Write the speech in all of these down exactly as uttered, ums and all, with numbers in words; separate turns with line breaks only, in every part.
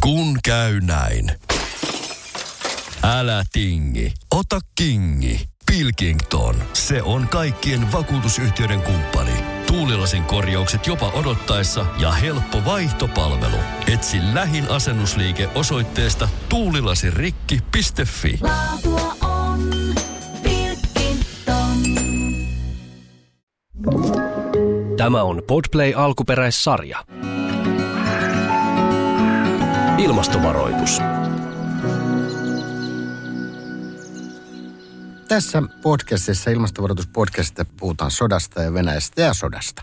Kun käy näin. Älä tingi, ota kingi. Pilkington, se on kaikkien vakuutusyhtiöiden kumppani. Tuulilasin korjaukset jopa odottaessa ja helppo vaihtopalvelu. Etsi lähin asennusliike osoitteesta tuulilasirikki piste fi.
Laatua on Pilkington.
Tämä on Podplay alkuperäissarja. Ilmastovaroitus.
Tässä podcastissa, ilmastovaroituspodcastissa, puhutaan sodasta ja Venäjästä ja sodasta.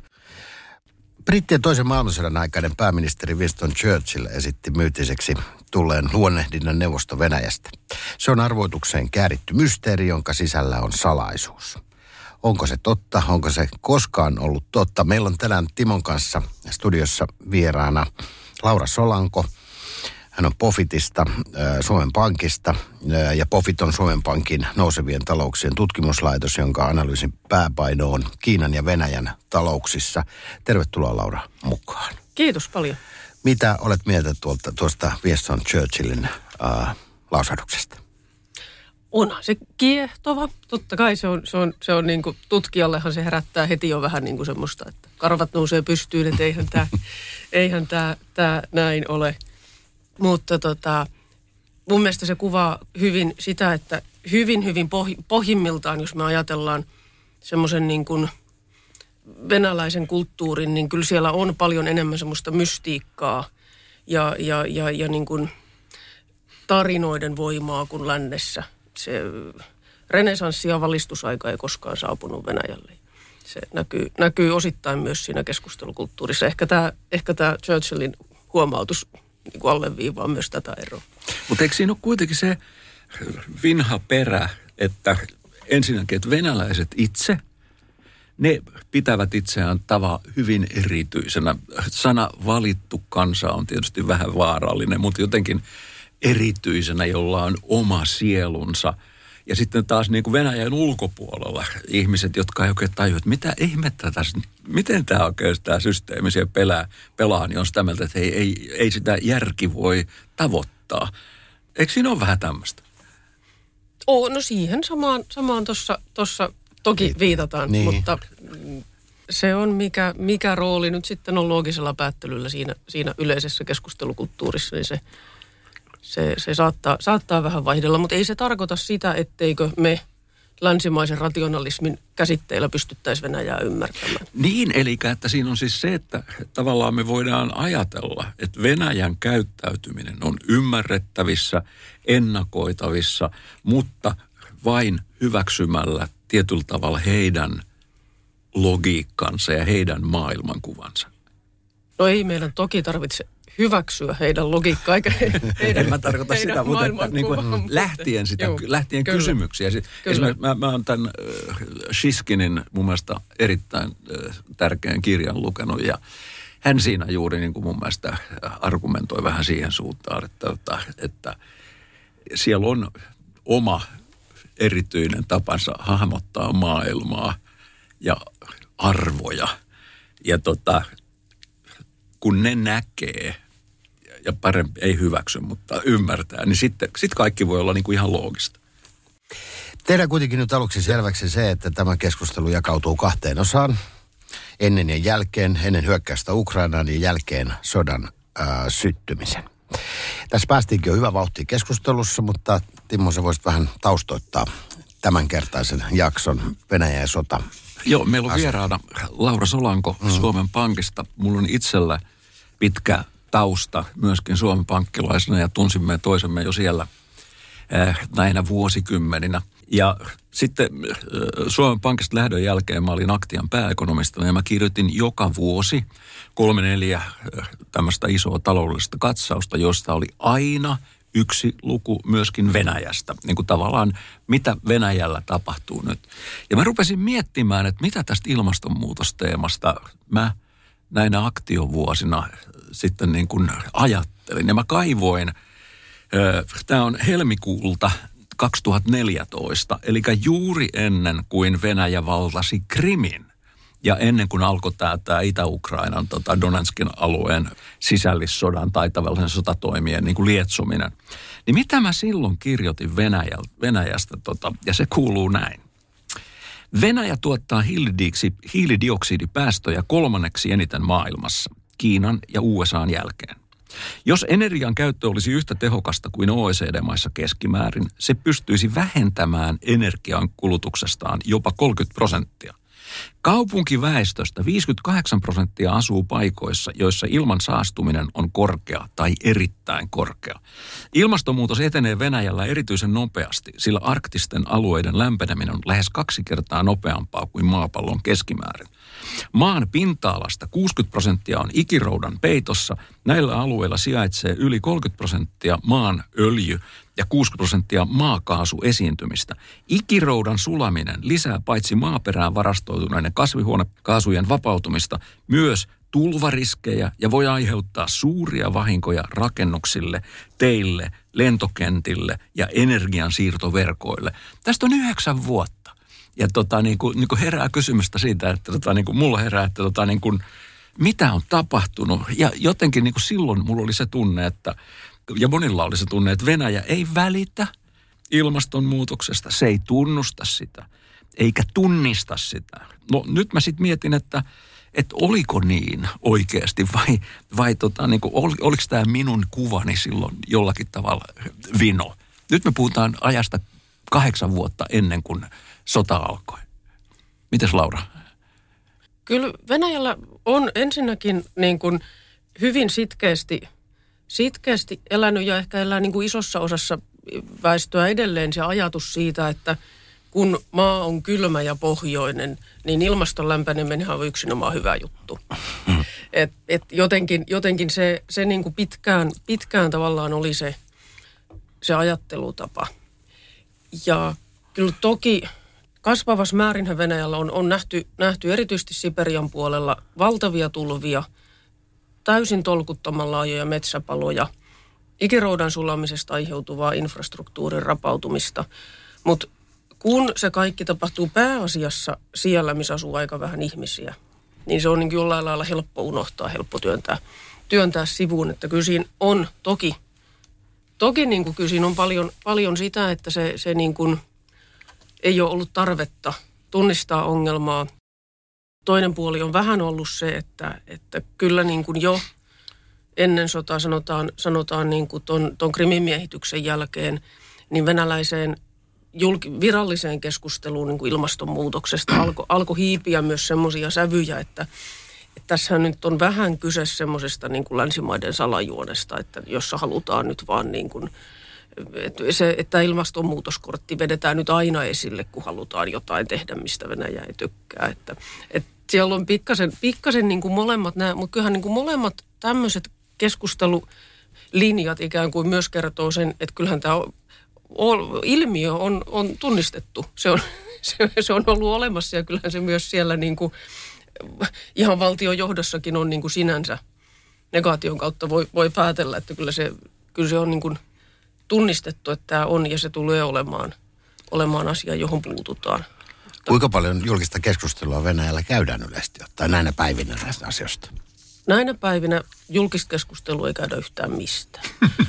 Brittien toisen maailmansodan aikainen pääministeri Winston Churchill esitti myytiseksi tulleen luonnehdinnan neuvosto Venäjästä. Se on arvoitukseen kääritty mysteeri, jonka sisällä on salaisuus. Onko se totta? Onko se koskaan ollut totta? Meillä on tänään Timon kanssa studiossa vieraana Laura Solanko. Hän on Pofitista, Suomen Pankista, ja Pofit on Suomen Pankin nousevien talouksien tutkimuslaitos, jonka analyysin pääpaino on Kiinan ja Venäjän talouksissa. Tervetuloa, Laura, mukaan.
Kiitos paljon.
Mitä olet mieltä tuolta, tuosta Winston Churchillin äh, lausahduksesta?
Onhan se kiehtova. Totta kai se on, se on, se on niin kuin tutkijallehan se herättää heti jo vähän niin kuin semmoista, että karvat nousee pystyyn, että eihän tämä eihän tämä, tämä näin ole. Mutta tota, mun mielestä se kuvaa hyvin sitä, että hyvin, hyvin poh- pohjimmiltaan, jos me ajatellaan semmoisen niin kuin venäläisen kulttuurin, niin kyllä siellä on paljon enemmän semmoista mystiikkaa ja, ja, ja, ja niin kuin tarinoiden voimaa kuin lännessä. Se renesanssi ja valistusaika ei koskaan saapunut Venäjälle. Se näkyy, näkyy osittain myös siinä keskustelukulttuurissa. Ehkä tämä, ehkä tämä Churchillin huomautus niin kuin alleviivaa myös tätä eroa.
Mutta eikö siinä ole kuitenkin se vinha perä, että ensinnäkin, että venäläiset itse, ne pitävät itseään tava hyvin erityisenä. Sana valittu kansa on tietysti vähän vaarallinen, mutta jotenkin erityisenä, jolla on oma sielunsa. Ja sitten taas niin kuin Venäjän ulkopuolella ihmiset, jotka ei oikein tajua, että mitä ihmettä tässä, miten tämä oikein tämä systeemi siellä pelaa, pelaa, niin on sitä mieltä, että ei, ei, ei sitä järki voi tavoittaa. Eikö siinä ole vähän tämmöistä?
Oo, no siihen samaan, samaan tuossa toki viitataan, niin. Mutta se on mikä, mikä rooli nyt sitten on loogisella päättelyllä siinä, siinä yleisessä keskustelukulttuurissa, niin se Se, se saattaa, saattaa vähän vaihdella, mutta ei se tarkoita sitä, etteikö me länsimaisen rationalismin käsitteillä pystyttäisiin Venäjää ymmärtämään.
Niin, eli että siinä on siis se, että tavallaan me voidaan ajatella, että Venäjän käyttäytyminen on ymmärrettävissä, ennakoitavissa, mutta vain hyväksymällä tietyllä tavalla heidän logiikkansa ja heidän maailmankuvansa.
No ei meidän toki tarvitse hyväksyä heidän logiikkaa, eikä heidän,
en mä tarkoita sitä, mutta että, niin kuin lähtien, sitä, Joo, lähtien kyllä, kysymyksiä. Esimerkiksi mä, mä oon tämän äh, Shishkinin mun mielestä erittäin äh, tärkeän kirjan lukenut, ja hän siinä juuri niin kuin mun mielestä argumentoi vähän siihen suuntaan, että, että, että siellä on oma erityinen tapansa hahmottaa maailmaa ja arvoja, ja tota, kun ne näkee, ja parempi ei hyväksy, mutta ymmärtää, niin sitten sit kaikki voi olla niin kuin ihan loogista.
Tehdään kuitenkin nyt aluksi selväksi se, että tämä keskustelu jakautuu kahteen osaan. Ennen ja jälkeen, ennen hyökkäystä Ukrainaan ja jälkeen sodan ää, syttymisen. Tässä päästiinkin jo hyvä vauhtia keskustelussa, mutta Timo, sä voisit vähän taustoittaa tämänkertaisen jakson Venäjä ja sota.
Joo, meillä on vieraana Laura Solanko mm. Suomen Pankista. Mulla on itsellä pitkä tausta myöskin Suomen pankkilaisena ja tunsimme toisemme jo siellä äh, näinä vuosikymmeninä. Ja sitten äh, Suomen Pankista lähdön jälkeen mä olin Aktian pääekonomistana ja mä kirjoitin joka vuosi kolme neljä äh, tämmöistä isoa taloudellista katsausta, josta oli aina yksi luku myöskin Venäjästä, niin kuin tavallaan mitä Venäjällä tapahtuu nyt. Ja mä rupesin miettimään, että mitä tästä ilmastonmuutosteemasta mä näinä aktiovuosina sitten niin kuin ajattelin. Ja mä kaivoin, tämä on helmikuulta kaksituhattaneljätoista, eli juuri ennen kuin Venäjä valtasi Krimin. Ja ennen kuin alkoi tämä, tämä Itä-Ukrainan tota Donetskin alueen sisällissodan tai tavallisen sotatoimien niin kuin lietsominen, niin mitä mä silloin kirjoitin Venäjäl, Venäjästä, tota, ja se kuuluu näin. Venäjä tuottaa hiilidioksidipäästöjä kolmanneksi eniten maailmassa, Kiinan ja U S A:n jälkeen. Jos energian käyttö olisi yhtä tehokasta kuin O E C D-maissa keskimäärin, se pystyisi vähentämään energian kulutuksestaan jopa kolmekymmentä prosenttia. Kaupunkiväestöstä viisikymmentäkahdeksan prosenttia asuu paikoissa, joissa ilman saastuminen on korkea tai erittäin korkea. Ilmastonmuutos etenee Venäjällä erityisen nopeasti, sillä arktisten alueiden lämpeneminen on lähes kaksi kertaa nopeampaa kuin maapallon keskimäärin. Maan pinta-alasta kuusikymmentä prosenttia on ikiroudan peitossa. Näillä alueilla sijaitsee yli kolmekymmentä prosenttia maan öljy- ja kuusikymmentä prosenttia maakaasuesiintymistä. Ikiroudan sulaminen lisää paitsi maaperään varastoituneiden kasvihuonekaasujen vapautumista, myös tulvariskejä ja voi aiheuttaa suuria vahinkoja rakennuksille, teille, lentokentille ja energiansiirtoverkoille. Tästä on yhdeksän vuotta. Ja tota, niin kuin, niin kuin herää kysymystä siitä, että tota, niin kuin mulla herää, että tota, niin kuin, mitä on tapahtunut. Ja jotenkin niin kuin silloin mulla oli se tunne, että, ja monilla oli se tunne, että Venäjä ei välitä ilmastonmuutoksesta, se ei tunnusta sitä, eikä tunnista sitä. No nyt mä sitten mietin, että, että oliko niin oikeasti vai, vai tota, niin kuin, ol, oliko tämä minun kuvani silloin jollakin tavalla vino. Nyt me puhutaan ajasta kahdeksan vuotta ennen kuin sota alkoi. Mites Laura?
Kyllä Venäjällä on ensinnäkin niin kuin hyvin sitkeästi, sitkeästi elänyt ja ehkä elää niin kuin isossa osassa väestöä edelleen se ajatus siitä, että kun maa on kylmä ja pohjoinen, niin ilmaston lämpeneminen on yksinomaan hyvä juttu. Et, et jotenkin, jotenkin se, se niin kuin pitkään, pitkään tavallaan oli se, se ajattelutapa. Ja kyllä toki kasvavassa määrinhän Venäjällä on, on nähty, nähty erityisesti Siperian puolella valtavia tulvia, täysin tolkuttoman laajoja metsäpaloja, ikiroudan sulamisesta aiheutuvaa infrastruktuurin rapautumista. Mutta kun se kaikki tapahtuu pääasiassa siellä, missä asuu aika vähän ihmisiä, niin se on niin jollain lailla helppo unohtaa, helppo työntää, työntää sivuun. Että kyllä siinä on toki, toki niin kuin kyllä siinä on paljon, paljon sitä, että se, se niin kuin ei ole ollut tarvetta tunnistaa ongelmaa. Toinen puoli on vähän ollut se, että, että kyllä niin kuin jo ennen sotaa sanotaan, sanotaan niin kuin ton, ton Krimin miehityksen jälkeen, niin venäläiseen julki, viralliseen keskusteluun niin kuin ilmastonmuutoksesta alkoi alko hiipiä myös semmoisia sävyjä, että, että tässähän nyt on vähän kyse semmoisesta niin kuin länsimaiden salajuonesta, että jossa halutaan nyt vaan niin kuin Että, se, että ilmastonmuutoskortti vedetään nyt aina esille, kun halutaan jotain tehdä, mistä Venäjä ei tykkää. Että, että siellä on pikkasen, pikkasen niin kuin molemmat nämä, mutta kyllähän niin kuin molemmat tämmöiset keskustelulinjat ikään kuin myös kertoo sen, että kyllähän tämä on, ilmiö on, on tunnistettu. Se on, se, se on ollut olemassa ja kyllähän se myös siellä niin kuin, ihan valtiojohdossakin on niin kuin sinänsä negaation kautta voi, voi päätellä, että kyllä se, kyllä se on niin kuin tunnistettu, että tämä on ja se tulee olemaan, olemaan asia, johon puututaan.
Kuinka paljon julkista keskustelua Venäjällä käydään yleisesti ottaen näinä päivinä näistä asioista?
Näinä päivinä julkista keskustelua ei käydä yhtään mistään.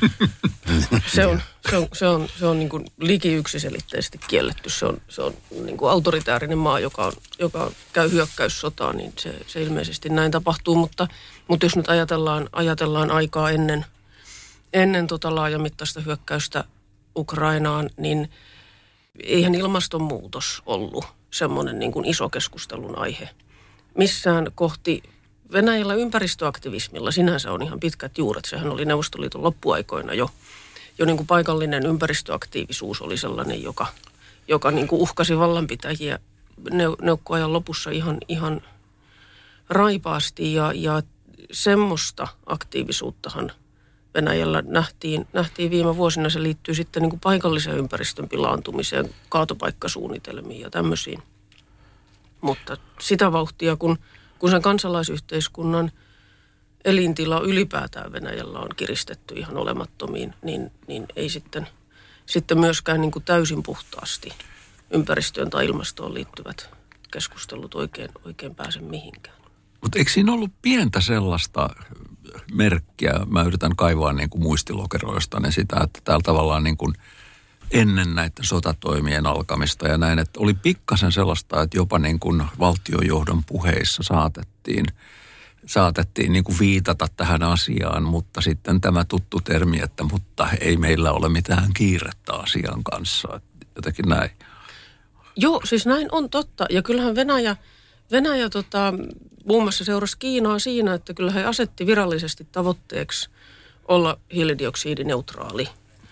se on, se on, se on, se on niin kuin liki yksiselitteisesti kielletty. Se on, se on niin kuin autoritäärinen maa, joka, on, joka käy hyökkäyssotaa, niin se, se ilmeisesti näin tapahtuu. Mutta, mutta jos nyt ajatellaan, ajatellaan aikaa ennen Ennen tota laajamittaista hyökkäystä Ukrainaan, niin eihän ilmastonmuutos ollut semmoinen niin kuin iso keskustelun aihe. Missään kohti Venäjällä ympäristöaktivismilla sinänsä on ihan pitkät juuret. Sehän oli Neuvostoliiton loppuaikoina jo, jo niin kuin paikallinen ympäristöaktiivisuus oli sellainen, joka, joka niin kuin uhkasi vallanpitäjiä neukkoajan lopussa ihan, ihan raipaasti. Ja, ja semmoista aktiivisuuttahan Venäjällä nähtiin, nähtiin viime vuosina, se liittyy sitten niin kuin paikalliseen ympäristön pilaantumiseen, kaatopaikkasuunnitelmiin ja tämmöisiin. Mutta sitä vauhtia, kun, kun sen kansalaisyhteiskunnan elintila ylipäätään Venäjällä on kiristetty ihan olemattomiin, niin, niin ei sitten, sitten myöskään niin kuin täysin puhtaasti ympäristöön tai ilmastoon liittyvät keskustelut oikein, oikein pääse mihinkään.
Mutta eikö siinä ollut pientä sellaista merkkiä, mä yritän kaivaa niin kuin muistilokeroista ne sitä, että täällä tavallaan niin kuin ennen näiden sotatoimien alkamista ja näin, että oli pikkasen sellaista, että jopa niin kuin valtiojohdon puheissa saatettiin, saatettiin niin kuin viitata tähän asiaan, mutta sitten tämä tuttu termi, että mutta ei meillä ole mitään kiirettä asian kanssa, jotenkin näin.
Joo, siis näin on totta. Ja kyllähän Venäjä, Venäjä tota, muun muassa seurasi Kiinaa siinä, että kyllä he asetti virallisesti tavoitteeksi olla hiilidioksidineutraali.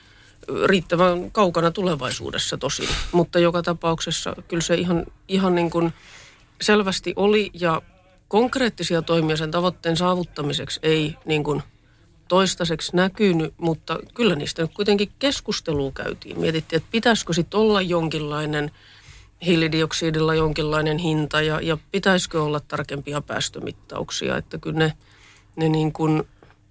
Riittävän kaukana tulevaisuudessa tosin, mutta joka tapauksessa kyllä se ihan, ihan niin kuin selvästi oli ja konkreettisia toimia sen tavoitteen saavuttamiseksi ei niin kuin toistaiseksi näkynyt, mutta kyllä niistä nyt kuitenkin keskustelua käytiin. Mietittiin, että pitäisikö sitten olla jonkinlainen hiilidioksidilla jonkinlainen hinta ja, ja pitäisikö olla tarkempia päästömittauksia, että kyllä ne, ne niin kuin,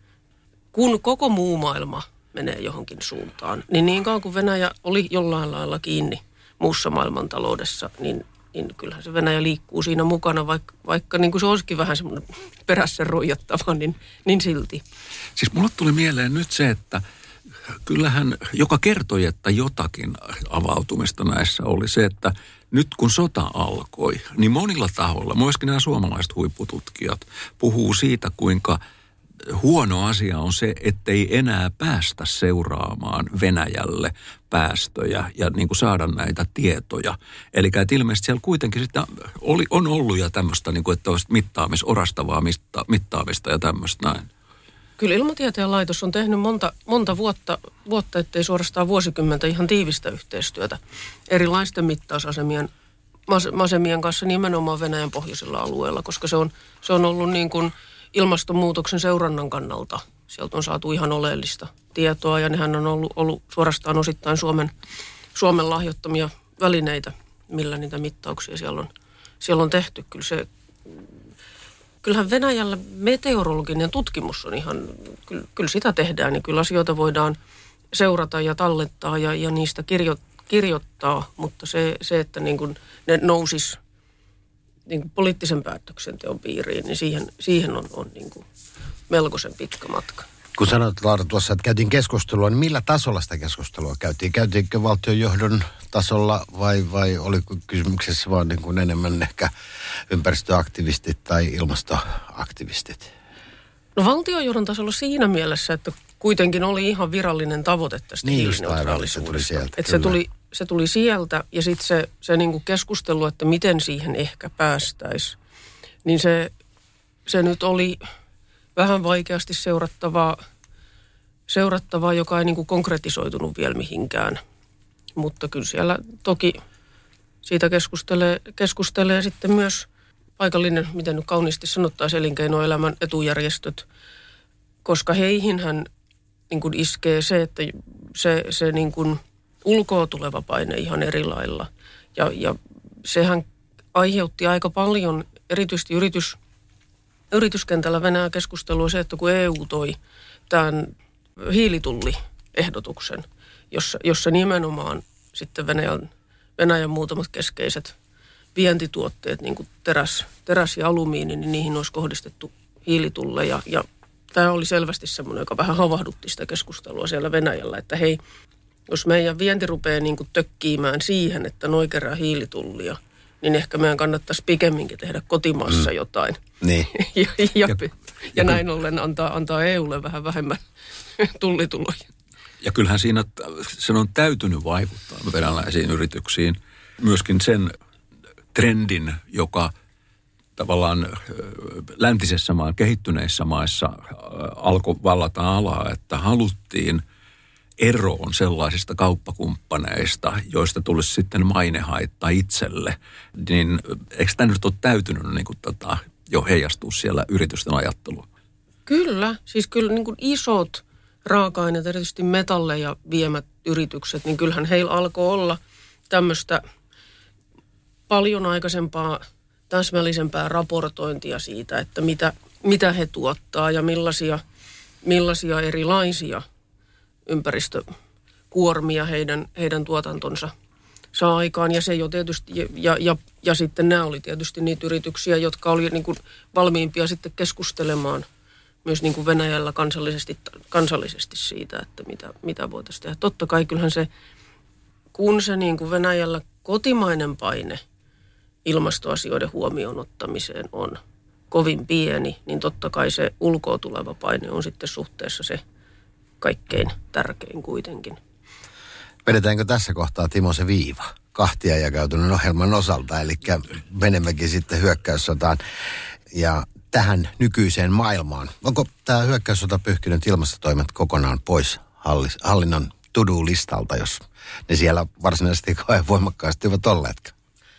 kun koko muu maailma menee johonkin suuntaan, niin niin kauan kuin Venäjä oli jollain lailla kiinni muussa maailmantaloudessa, niin, niin kyllähän se Venäjä liikkuu siinä mukana, vaikka, vaikka niin kuin se olisikin vähän semmoinen perässä roijattava, niin, niin silti.
Siis mulle tuli mieleen nyt se, että kyllähän, joka kertoi, että jotakin avautumista näissä oli se, että nyt kun sota alkoi, niin monilla tahoilla, myöskin nämä suomalaiset huippututkijat, puhuu siitä, kuinka huono asia on se, ettei enää päästä seuraamaan Venäjälle päästöjä ja niin kuin saada näitä tietoja. Eli että ilmeisesti siellä kuitenkin sitä oli, on ollut ja tämmöistä, niin kuin, että olisi mittaamis, orastavaa mitta, mittaamista ja tämmöistä näin.
Kyllä Ilmatieteen laitos on tehnyt monta, monta vuotta, vuotta, ettei suorastaan vuosikymmentä ihan tiivistä yhteistyötä erilaisten mittausasemien asemien kanssa nimenomaan Venäjän pohjoisilla alueilla, koska se on, se on ollut niin kuin ilmastonmuutoksen seurannan kannalta. Sieltä on saatu ihan oleellista tietoa ja nehän on ollut, ollut suorastaan osittain Suomen, Suomen lahjoittamia välineitä, millä niitä mittauksia siellä on, siellä on tehty. Kyllä se, kyllähän Venäjällä meteorologinen tutkimus on ihan, kyllä, kyllä sitä tehdään, niin kyllä asioita voidaan seurata ja tallettaa ja, ja niistä kirjo, kirjoittaa, mutta se, se että niin kuin ne nousis niin kuin poliittisen päätöksenteon piiriin, niin siihen, siihen on, on niin kuin melkoisen pitkä matka.
Kun sanoit, Laura, tuossa, että käytiin keskustelua, niin millä tasolla sitä keskustelua käytiin? Käytiinkö valtionjohdon tasolla vai, vai oliko kysymyksessä vaan niin kuin enemmän ehkä ympäristöaktivistit tai ilmastoaktivistit?
No valtionjohdon tasolla siinä mielessä, että kuitenkin oli ihan virallinen tavoite tästä
niin
hiilineutraalisuudesta.
Se tuli sieltä,
että se tuli, se tuli sieltä ja sitten se, se niin kuin keskustelu, että miten siihen ehkä päästäisiin, niin se, se nyt oli vähän vaikeasti seurattavaa, seurattavaa joka ei niin kuin konkretisoitunut vielä mihinkään. Mutta kyllä siellä toki siitä keskustelee, keskustelee sitten myös paikallinen, miten nyt kauniisti sanottaisiin, elinkeinoelämän etujärjestöt, koska heihinhän niin kuin iskee se, että se, se niin kuin ulkoa tuleva paine ihan eri lailla. Ja, ja sehän aiheutti aika paljon, erityisesti yritys, yrityskentällä Venäjän keskustelua se, että kun E U toi tämän hiilitulliehdotuksen, jossa, jossa nimenomaan sitten Venäjän, Venäjän muutamat keskeiset vientituotteet, niin kuin teräs, teräs ja alumiini, niin niihin olisi kohdistettu hiilitulleja. Ja tämä oli selvästi semmoinen, joka vähän havahdutti sitä keskustelua siellä Venäjällä, että hei, jos meidän vienti rupeaa niin kuin tökkiimään siihen, että noi kerää hiilitullia, niin ehkä meidän kannattaisi pikemminkin tehdä kotimaassa mm. jotain.
Niin.
ja, ja, ja, ja, ja näin ollen antaa, antaa E U:lle vähän vähemmän tullituloja.
Ja kyllähän siinä sen on täytynyt vaikuttaa venäläisiin yrityksiin myöskin sen trendin, joka tavallaan läntisessä maan, kehittyneissä maissa alkoi vallata alaa, että haluttiin eroon sellaisista kauppakumppaneista, joista tulisi sitten mainehaitta itselle. Niin eikö tämä nyt ole täytynyt niin kuin tota, jo heijastua siellä yritysten ajatteluun?
Kyllä, siis kyllä niin kuin isot raaka-aineet, erityisesti metalleja viemät yritykset, niin kyllähän heillä alkoi olla tämmöistä paljon aikaisempaa, täsmällisempää raportointia siitä, että mitä, mitä he tuottaa ja millaisia, millaisia erilaisia ympäristökuormia heidän, heidän tuotantonsa saa aikaan. Ja se jo tietysti, ja, ja, ja sitten nämä oli tietysti niitä yrityksiä, jotka oli niin kuin valmiimpia sitten keskustelemaan myös niin kuin Venäjällä kansallisesti, kansallisesti siitä, että mitä, mitä voitaisiin tehdä. Totta kai kyllähän se, kun se niin kuin Venäjällä kotimainen paine ilmastoasioiden huomioon ottamiseen on kovin pieni, niin totta kai se ulkoa tuleva paine on sitten suhteessa se kaikkein tärkein kuitenkin.
Vedetäänkö tässä kohtaa, Timo, se viiva kahtia jakautuneen ohjelman osalta, eli menemmekin sitten hyökkäyssotaan ja tähän nykyiseen maailmaan. Onko tämä hyökkäyssota pyyhkinyt ilmastotoimet kokonaan pois hallinnon to-do-listalta, jos ne siellä varsinaisesti kauhean voimakkaasti ovat olleetkaan?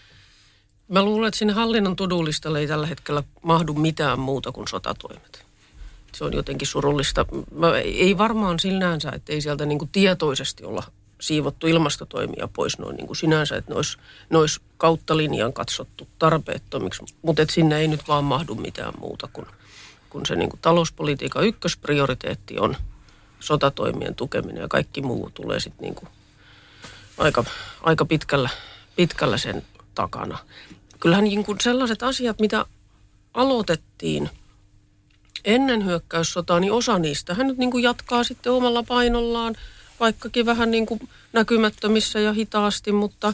Mä luulen, että sinne hallinnon to-do-listalle ei tällä hetkellä mahdu mitään muuta kuin sotatoimet. Se on jotenkin surullista. Mä, ei varmaan sinänsä, että ei sieltä niin kuin tietoisesti olla siivottu ilmastotoimia pois noin niin kuin sinänsä, että ne olisi, ne olisi kautta linjan katsottu tarpeettomiksi, mutta että sinne ei nyt vaan mahdu mitään muuta kuin, kun se niin kuin talouspolitiikan ykkösprioriteetti on sotatoimien tukeminen ja kaikki muu tulee sitten niin kuin aika, aika pitkällä, pitkällä sen takana. Kyllähän niin kuin sellaiset asiat, mitä aloitettiin ennen hyökkäyssotaa, niin osa niistä hän nyt niin kuin jatkaa sitten omalla painollaan, vaikkakin vähän niin kuin näkymättömissä ja hitaasti, mutta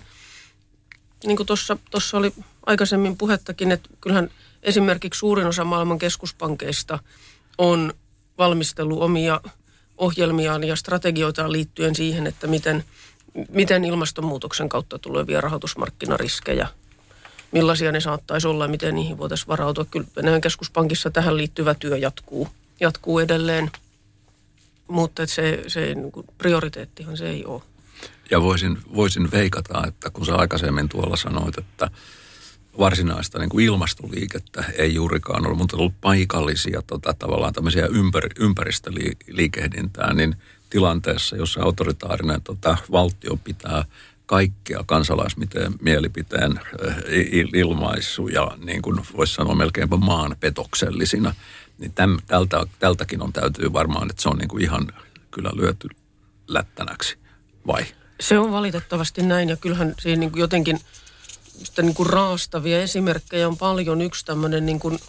niin kuin tuossa, tuossa oli aikaisemmin puhettakin, että kyllähän esimerkiksi suurin osa maailman keskuspankeista on valmistellut omia ohjelmiaan ja strategioitaan liittyen siihen, että miten, miten ilmastonmuutoksen kautta tulevia rahoitusmarkkinariskejä, millaisia ne saattaisi olla ja miten niihin voitaisiin varautua. Kyllä Venäjän keskuspankissa tähän liittyvä työ jatkuu, jatkuu edelleen. Mutta se, se prioriteettihan se ei ole.
Ja voisin, voisin veikata, että kun sä aikaisemmin tuolla sanoit, että varsinaista niin kuin ilmastoliikettä ei juurikaan ollut, mutta on ollut paikallisia tota, tavallaan tämmöisiä ympär, ympäristöliikehdintää, niin tilanteessa, jossa autoritaarinen tota, valtio pitää kaikkea kansalaismielipiteen ilmaisuja, niin kuin voisi sanoa melkeinpä maanpetoksellisina, niin täm, tältä, tältäkin on täytyy varmaan, että se on niin kuin ihan kyllä lyöty lättänäksi, vai?
Se on valitettavasti näin, ja kyllähän siinä niin kuin jotenkin sitä niin kuin raastavia esimerkkejä on paljon. Yksi tämmöinen niin kuin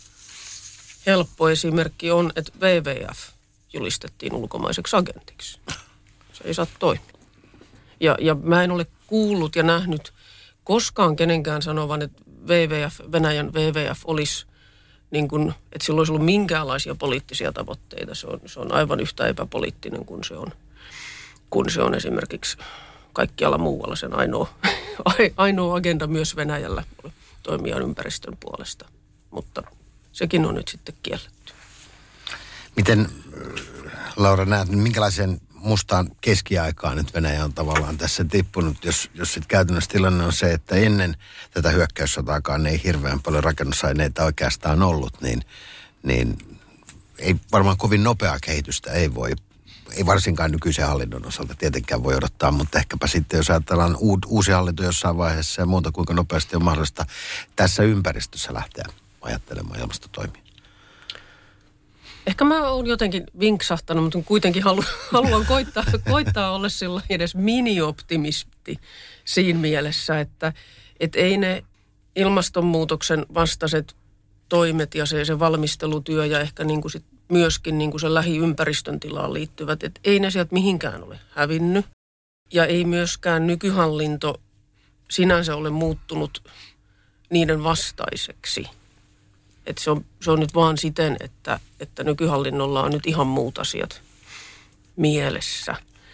helppo esimerkki on, että W W F julistettiin ulkomaiseksi agentiksi. Se ei saa toimia. Ja, ja mä en ole kuullut ja nähnyt koskaan kenenkään sanovan, että W W F, Venäjän W W F olisi niin kuin, että sillä olisi ollut minkäänlaisia poliittisia tavoitteita. Se on, se on aivan yhtä epäpoliittinen kuin se on, kun se on esimerkiksi kaikkialla muualla sen ainoa, ainoa agenda myös Venäjällä toimia ympäristön puolesta. Mutta sekin on nyt sitten kielletty.
Miten, Laura, näet, minkälaisen mustaan keskiaikaan nyt Venäjä on tavallaan tässä tippunut, jos, jos sitten käytännössä tilanne on se, että ennen tätä hyökkäyssotaakaan ei hirveän paljon rakennusaineita oikeastaan ollut, niin, niin ei varmaan kovin nopeaa kehitystä ei voi, ei varsinkaan nykyisen hallinnon osalta tietenkään voi odottaa, mutta ehkäpä sitten jos ajatellaan uud, uusi hallinto jossain vaiheessa ja muuta, kuinka nopeasti on mahdollista tässä ympäristössä lähteä ajattelemaan ilmastotoimia.
Ehkä mä oon jotenkin vinksahtanut, mutta kuitenkin halu, haluan koittaa, koittaa olla sillä edes mini-optimisti siinä mielessä, että et ei ne ilmastonmuutoksen vastaiset toimet ja se, se valmistelutyö ja ehkä niin kuin sit myöskin niin kuin se lähiympäristön tilaan liittyvät, että ei ne sieltä mihinkään ole hävinnyt. Ja ei myöskään nykyhallinto sinänsä ole muuttunut niiden vastaiseksi. Että se on, se on nyt vaan siten, että, että nykyhallinnolla on nyt ihan muut asiat mielessä.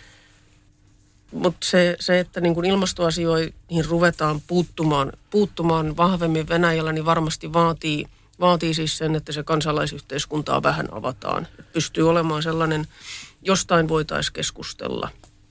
Mutta se, se, että niin kun ilmastoasioihin ruvetaan puuttumaan, puuttumaan vahvemmin Venäjällä, niin varmasti vaatii, vaatii siis sen, että se kansalaisyhteiskuntaa vähän avataan. Et pystyy olemaan sellainen, jostain voitaisiin keskustella.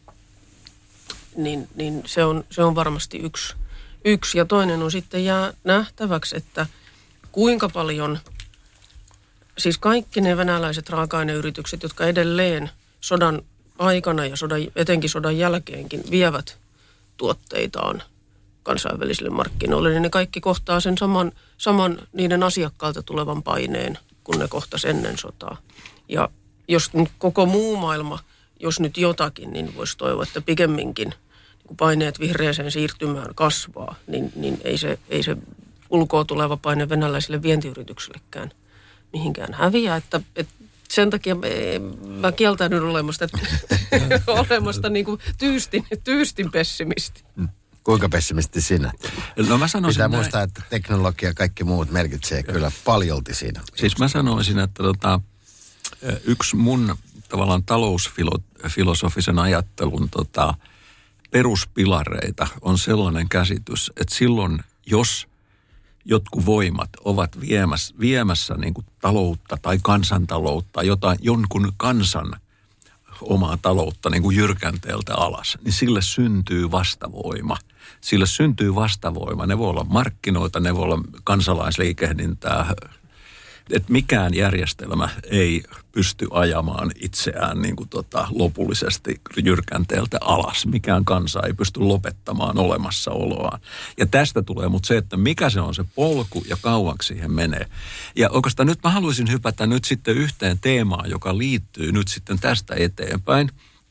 Niin, niin se, on, se on varmasti yksi, yksi. Ja toinen on sitten jää nähtäväksi, että kuinka paljon, siis kaikki ne venäläiset raaka-aineyritykset, jotka edelleen sodan aikana ja sodan, etenkin sodan jälkeenkin vievät tuotteitaan kansainvälisille markkinoille, niin ne kaikki kohtaa sen saman, saman niiden asiakkaalta tulevan paineen, kun ne kohtasi ennen sotaa. Ja jos nyt koko muu maailma, jos nyt jotakin, niin voisi toivoa, että pikemminkin kun paineet vihreäseen siirtymään kasvaa, niin, niin ei, se, ei se ulkoa tuleva paine venäläisille vientiyrityksillekään mihinkään häviä. Että, että sen takia mä kieltäydyn olemasta, olemasta niin kuin tyystin, tyystin pessimisti.
Kuinka pessimisti sinä?
No mä sanoisin
Pitää
näin.
muistaa, että teknologia ja kaikki muut merkitsee kyllä paljolti siinä.
Siis mä sanoisin, että tota, yksi mun tavallaan talousfilosofisen ajattelun tota, peruspilareita on sellainen käsitys, että silloin, jos jotkut voimat ovat viemässä, viemässä niin kuin taloutta tai kansantaloutta, jotain, jonkun kansan omaa taloutta niin kuin jyrkänteeltä alas, niin sille syntyy vastavoima. Sille syntyy vastavoima. Ne voi olla markkinoita, ne voi olla kansalaisliikehdintää. Että mikään järjestelmä ei pysty ajamaan itseään niin kuin tota, lopullisesti jyrkänteeltä alas. Mikään kansa ei pysty lopettamaan olemassaoloaan. Ja tästä tulee mutta se, että mikä se on se polku ja kauanko siihen menee. Ja oikeastaan nyt mä haluaisin hypätä nyt sitten yhteen teemaan, joka liittyy nyt sitten tästä eteenpäin.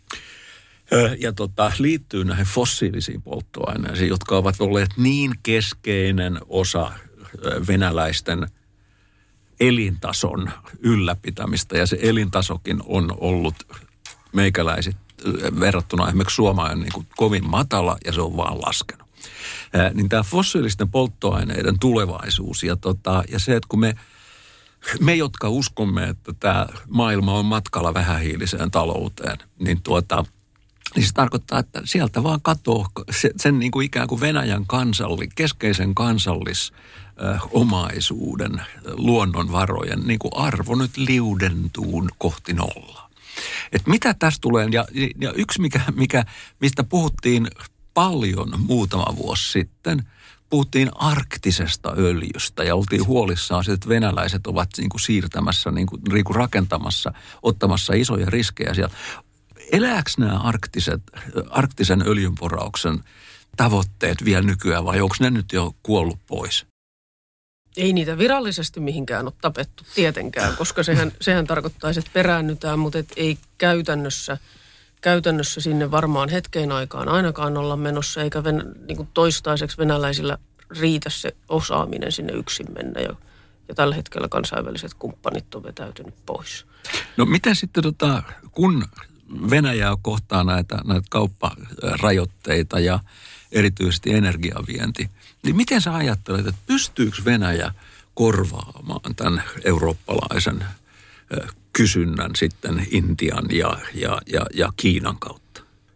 Ja tota, liittyy näihin fossiilisiin polttoaineisiin, jotka ovat olleet niin keskeinen osa venäläisten elintason ylläpitämistä, ja se elintasokin on ollut meikäläiset verrattuna esimerkiksi Suomeen niin kuin kovin matala, ja se on vaan laskenut. Ää, niin tämä fossiilisten polttoaineiden tulevaisuus ja, tota, ja se, että kun me, me, jotka uskomme, että tämä maailma on matkalla vähähiiliseen talouteen, niin tuota, niin se tarkoittaa, että sieltä vaan katoo sen niin kuin ikään kuin Venäjän kansalli, keskeisen kansallis omaisuuden, luonnonvarojen niin kuin arvo nyt liudentuu kohti nollaa. Et mitä tässä tulee, ja, ja yksi mikä, mikä, mistä puhuttiin paljon muutama vuosi sitten, puhuttiin arktisesta öljystä ja oltiin huolissaan siitä, että venäläiset ovat niin kuin siirtämässä, niin kuin, niin kuin rakentamassa, ottamassa isoja riskejä siellä. Elääkö nämä arktiset, arktisen öljynporauksen tavoitteet vielä nykyään vai onko ne nyt jo kuollut pois?
Ei niitä virallisesti mihinkään ole tapettu tietenkään, koska sehän, sehän tarkoittaisi, että peräännytään, mutta et ei käytännössä, käytännössä sinne varmaan hetkeen aikaan ainakaan olla menossa, eikä ven, niin kuin toistaiseksi venäläisillä riitä se osaaminen sinne yksin mennä. Ja, ja tällä hetkellä kansainväliset kumppanit on vetäytynyt pois.
No miten sitten, tota, kun Venäjä kohtaa näitä, näitä kaupparajoitteita ja erityisesti energiavienti, niin miten sä ajattelet, että pystyykö Venäjä korvaamaan tämän eurooppalaisen kysynnän sitten Intian ja, ja, ja, ja Kiinan kautta?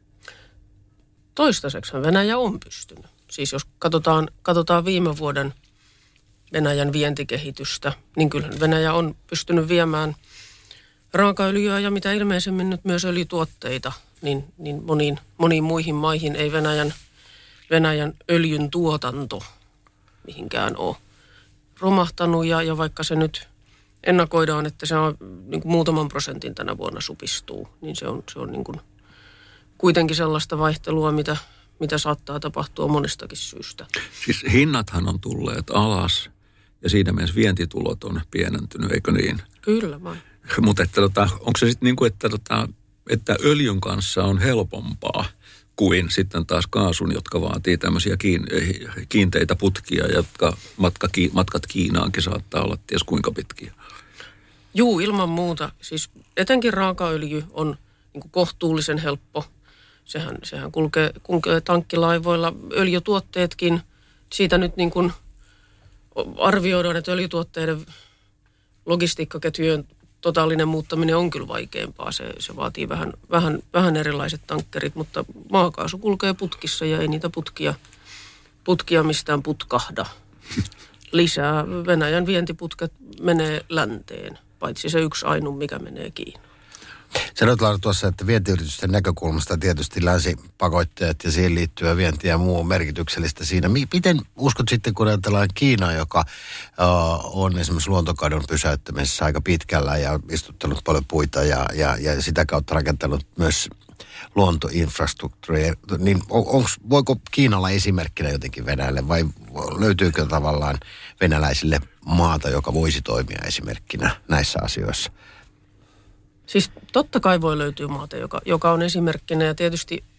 Toistaiseksi Venäjä on pystynyt. Siis jos katsotaan, katsotaan viime vuoden Venäjän vientikehitystä, niin kyllä Venäjä on pystynyt viemään raakaöljyä ja mitä ilmeisemmin nyt myös öljytuotteita, niin, niin moniin, moniin muihin maihin ei Venäjän, Venäjän öljyn tuotanto mihinkään ole romahtanut. Ja, ja vaikka se nyt ennakoidaan, että se on niin kuin muutaman prosentin tänä vuonna supistuu, niin se on, se on niin kuin kuitenkin sellaista vaihtelua, mitä, mitä saattaa tapahtua monestakin syystä.
Siis hinnathan on tulleet alas ja siinä mielessä vientitulot on pienentynyt, eikö niin?
Kyllä vain.
Mutta että tota, onko se sitten niin kuin, että, tota, että öljyn kanssa on helpompaa kuin sitten taas kaasun, jotka vaatii tämmöisiä kiinteitä putkia, jotka matka, matkat Kiinaankin saattaa olla ties kuinka pitkiä?
Juu, ilman muuta. Siis etenkin raakaöljy on niin kuin kohtuullisen helppo. Sehän, sehän kulkee, kulkee tankkilaivoilla. Öljytuotteetkin, siitä nyt niin kuin arvioidaan, että öljytuotteiden logistiikkaketjujen totaalinen muuttaminen on kyllä vaikeampaa. Se, se vaatii vähän, vähän, vähän erilaiset tankkerit, mutta maakaasu kulkee putkissa ja ei niitä putkia, putkia mistään putkahda. Lisää Venäjän vientiputket menee länteen, paitsi se yksi ainu, mikä menee Kiinaan.
Sanoit Laura tuossa, että vientiyritysten näkökulmasta tietysti länsipakotteet ja siihen liittyvä vienti ja muu on merkityksellistä siinä. Miten uskot sitten, kun ajatellaan Kiinaa, joka uh, on esimerkiksi luontokadon pysäyttämisessä aika pitkällä ja istuttanut paljon puita ja, ja, ja sitä kautta rakentanut myös luontoinfrastruktuuria, niin onks, voiko Kiinalla esimerkkinä jotenkin Venäjälle vai löytyykö tavallaan venäläisille maata, joka voisi toimia esimerkkinä näissä asioissa?
Siis totta kai voi löytyä maata, joka, joka on esimerkkinä ja tietysti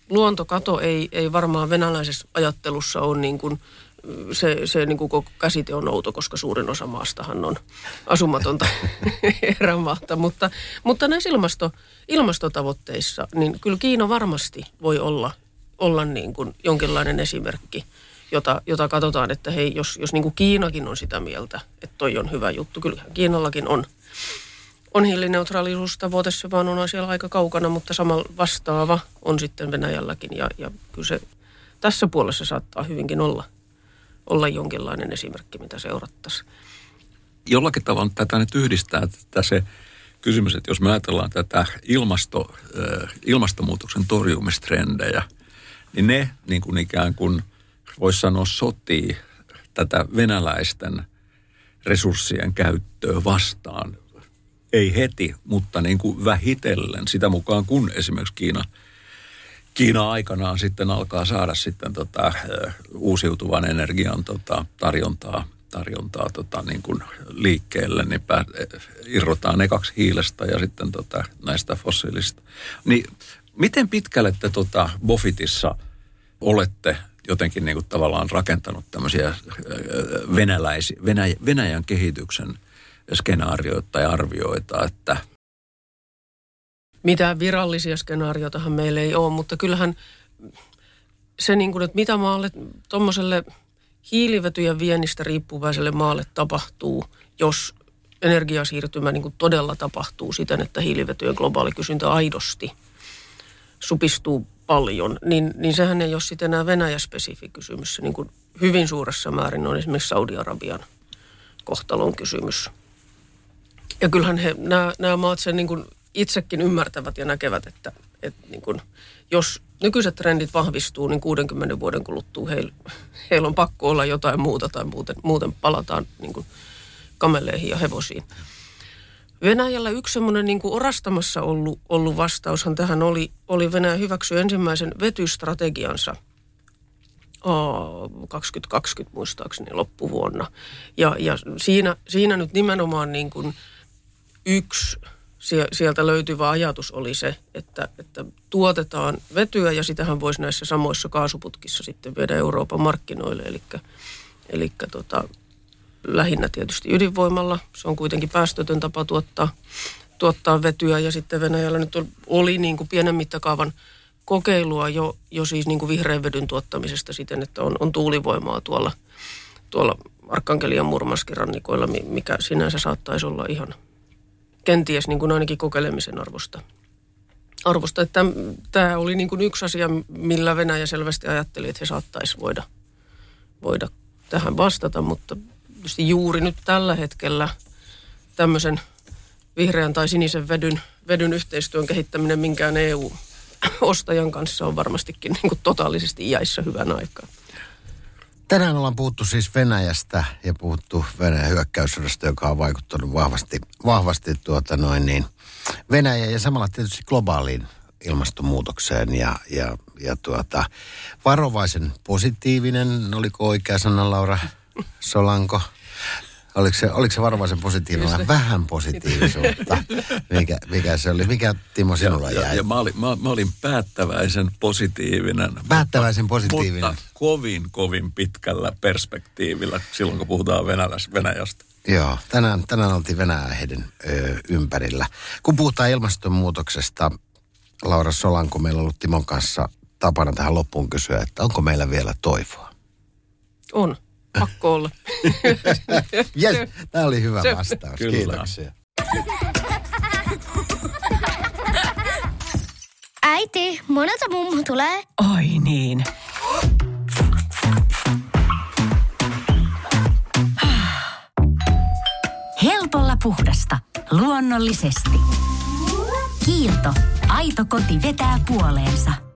luontokato ei, ei varmaan venäläisessä ajattelussa ole niin kuin, se, se niin kuin koko käsite on outo, koska suurin osa maastahan on asumatonta erämaata. Mutta, mutta näissä ilmasto, ilmastotavoitteissa, niin kyllä Kiina varmasti voi olla, olla niin kuin jonkinlainen esimerkki, jota, jota katsotaan, että hei, jos, jos niin kuin Kiinakin on sitä mieltä, että toi on hyvä juttu. Kyllähän Kiinallakin on, on hiilineutraalisuustavoite, se vaan on siellä aika kaukana, mutta samalla vastaava on sitten Venäjälläkin. Ja, ja kyllä se tässä puolessa saattaa hyvinkin olla, olla jonkinlainen esimerkki, mitä seurattaisiin.
Jollakin tavalla tätä nyt yhdistää että se kysymys, että jos me ajatellaan tätä ilmasto, ilmastonmuutoksen torjumistrendejä, niin ne niin kuin ikään kuin voisi sanoa sotii tätä venäläisten resurssien käyttöä vastaan. Ei heti, mutta niin kuin vähitellen sitä mukaan, kun esimerkiksi Kiina, Kiina aikanaan sitten alkaa saada sitten tota, uusiutuvan energian tota, tarjontaa, tarjontaa tota, niin kuin liikkeelle, niin pää, irrotaan ekaksi hiilestä ja sitten tota, näistä fossiilista. Niin miten pitkälle te tota, Bofitissa olette jotenkin niin kuin tavallaan rakentanut tämmöisiä venäläisiä, Venäjä, Venäjän kehityksen skenaarioita tai arvioita, että
mitään virallisia skenaarioitahan meillä ei ole, mutta kyllähän se, niin kuin, että mitä maalle, tuommoiselle hiilivetyjen viennistä riippuvaiselle maalle tapahtuu, jos energiasiirtymä niin kuin todella tapahtuu siten, että hiilivetyjen globaali kysyntä aidosti supistuu paljon, niin, niin sehän ei ole sitten enää Venäjä-spesifi kysymys. Se niin kuin hyvin suuressa määrin on esimerkiksi Saudi-Arabian kohtalon kysymys. Ja kyllähän he, nämä, nämä maat sen niin kuin itsekin ymmärtävät ja näkevät, että, että niin kuin, jos nykyiset trendit vahvistuu, niin kuudenkymmenen vuoden kuluttua heillä, heillä on pakko olla jotain muuta tai muuten, muuten palataan niin kuin kameleihin ja hevosiin. Venäjällä yksi semmoinen niin kuin orastamassa ollut, ollut vastaushan tähän oli, oli Venäjä hyväksyi ensimmäisen vetystrategiansa oh, kaksituhattakaksikymmentä muistaakseni loppuvuonna. Ja, ja siinä, siinä nyt nimenomaan niin kuin yksi sieltä löytyvä ajatus oli se, että, että tuotetaan vetyä ja sitähän voisi näissä samoissa kaasuputkissa sitten viedä Euroopan markkinoille. Eli, eli tota, lähinnä tietysti ydinvoimalla. Se on kuitenkin päästötön tapa tuottaa, tuottaa vetyä ja sitten Venäjällä nyt oli niin kuin pienen mittakaavan kokeilua jo, jo siis niin kuin vihreän vedyn tuottamisesta siten, että on, on tuulivoimaa tuolla, tuolla Arkhangelin ja Murmanskin rannikoilla, mikä sinänsä saattaisi olla ihan kenties niin kuin ainakin kokeilemisen arvosta. arvosta. Että tämä oli niin kuin yksi asia, millä Venäjä selvästi ajatteli, että he saattaisi voida, voida tähän vastata, mutta tietysti juuri nyt tällä hetkellä tämmöisen vihreän tai sinisen vedyn, vedyn yhteistyön kehittäminen minkään E U-ostajan kanssa on varmastikin niin kuin totaalisesti jäissä hyvän aikaa.
Tänään ollaan puhuttu siis Venäjästä ja puhuttu Venäjän hyökkäyssodasta, joka on vaikuttanut vahvasti, vahvasti tuota noin niin Venäjän ja samalla tietysti globaaliin ilmastonmuutokseen ja, ja, ja tuota, varovaisen positiivinen, oliko oikea sana Laura Solanko? Oliko se, oliko se varovaisen positiivinen? Vähän positiivisuutta. Mikä, mikä se oli? Mikä Timo sinulla
ja,
jäi?
Ja, ja mä, olin, mä, mä olin päättäväisen positiivinen.
Päättäväisen
mutta,
positiivinen.
Mutta kovin, kovin pitkällä perspektiivillä silloin, kun puhutaan Venäläs, Venäjästä.
Joo, tänään, tänään oltiin Venäjän ö, ympärillä. Kun puhutaan ilmastonmuutoksesta, Laura Solanko, meillä on ollut Timon kanssa tapana tähän loppuun kysyä, että onko meillä vielä toivoa?
On. Pakko olla.
Yes, tämä oli hyvä
Se,
vastaus.
Kyllä.
Kiitoksia.
Äiti, monelta mummu tulee?
Oi niin. Helpolla puhdasta. Luonnollisesti. Kiilto. Aito koti vetää puoleensa.